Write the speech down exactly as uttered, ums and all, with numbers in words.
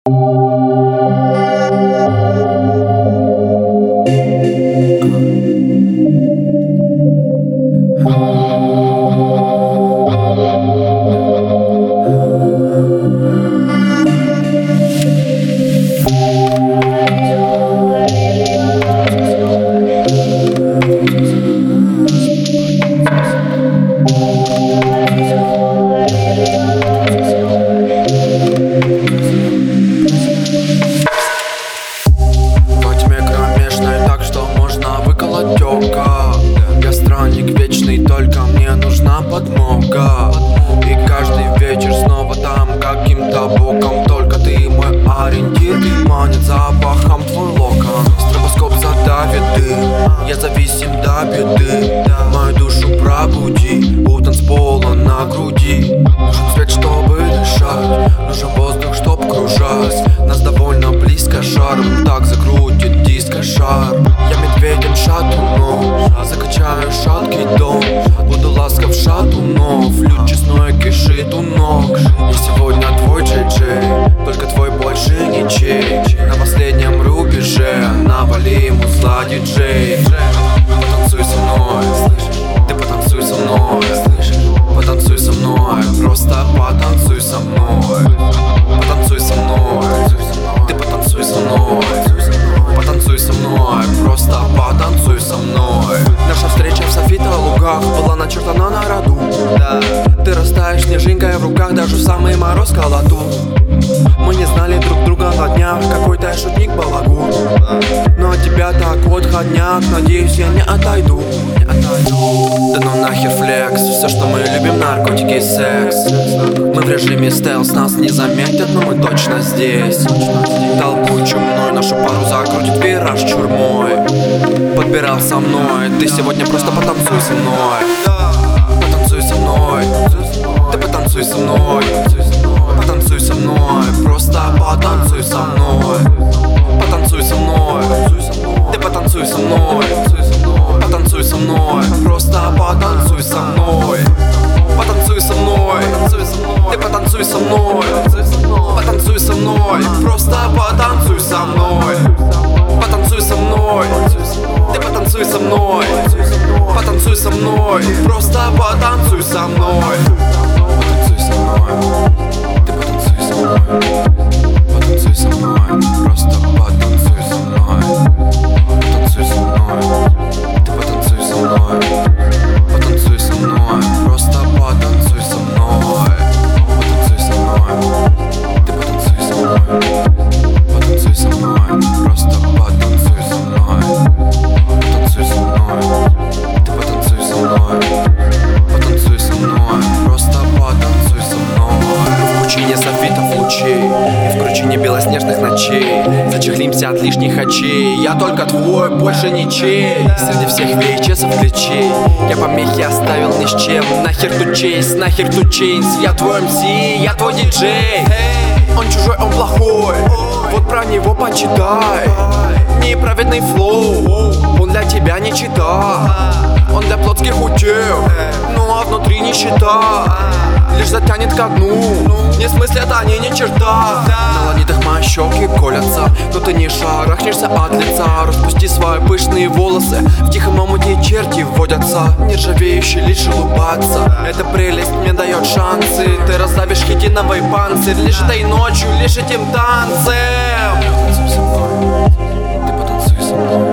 Я странник вечный, только мне нужна подмога. И каждый вечер снова там каким-то боком. Только ты мой ориентир, манит запахом твой локон. Стробоскоп задавит дым, я зависим до беды. Мою душу пробуди, у танцпола на груди. Нужен свет, чтобы дышать, нужен воздух, чтоб кружась. Нас довольно близко шаром, так закрутит диско-шар. Я медведем шатуну, закачаю шаткий дом. Буду ласков шатунов, лют честной кишит у ног. И сегодня твой джей-джей, только твой больше ничей. На последнем рубеже навали ему зла, диджей. Потанцуй со мной, ты потанцуй со мной, потанцуй со мной, просто потанцуй со мной. Потанцуй со мной, ты потанцуй со мной, потанцуй со мной, просто потанцуй со мной. Наша встреча в Софита лугах была начертана на роду, да. Ты растаешь снежинкой в руках, даже в самый мороз колоту. Мы не знали друг друга на днях, какой-то я шутник балагур. Но от тебя так вот ходняк, надеюсь, я не отойду. Да ну нахер флекс, все, что мы любим, наркотики и секс. Мы в режиме стелс, нас не заметят, но мы точно здесь. Толпу чумной, нашу пару закрутит вираж чурмой. Подбирал со мной, ты сегодня просто потанцуй со мной. Потанцуй со мной, ты потанцуй со мной. Потанцуй со мной, просто потанцуй со мной. Потанцуй со мной, ты потанцуй со мной. Потанцуй со мной, просто потанцуй со мной. Потанцуй со мной, ты потанцуй со мной. Потанцуй со мной, просто потанцуй со мной. Потанцуй со мной, ты потанцуй со мной. Потанцуй со мной, просто потанцуй со мной. Потанцуй со мной, ты потанцуй со мной. Потанцуй со мной, просто потанцуй со мной. Потанцуй со мной, ты потанцуй со мной. Потанцуй со мной, просто потанцуй со мной. Потанцуй со мной, ты потанцуй со мной. Потанцуй со мной, просто потанцуй со мной. Потанцуй со мной, ты потанцуй со мной. Потанцуй со мной, просто потанцуй со мной. В пучине софитов лучей и в кручине белоснежных ночей зачехлимся от лишних очей. Я только твой, больше ничей. Среди всех ви эйч эсов ключей я помехи оставил ни с чем. Нахер тут чейс, нахер тут чейнс. Я твой эм си, я твой диджей. Он чужой, он плохой, вот про него почитай. Неправедный флоу, он для тебя не чита. Он для плотских утех, ну а внутри нищета. Лишь затянет ко дну, не смыслят они ни черта. На ладонях мои щеки колятся, но ты не шарахнешься от лица. Распусти свои пышные волосы, в тихом омуте черти водятся. Нержавеющий лишь улыбаться, эта прелесть мне дает шансы. Ты раздавишь хитиновый панцирь лишь этой ночью, лишь этим танцем. Потанцуй со мной, ты потанцуй со мной.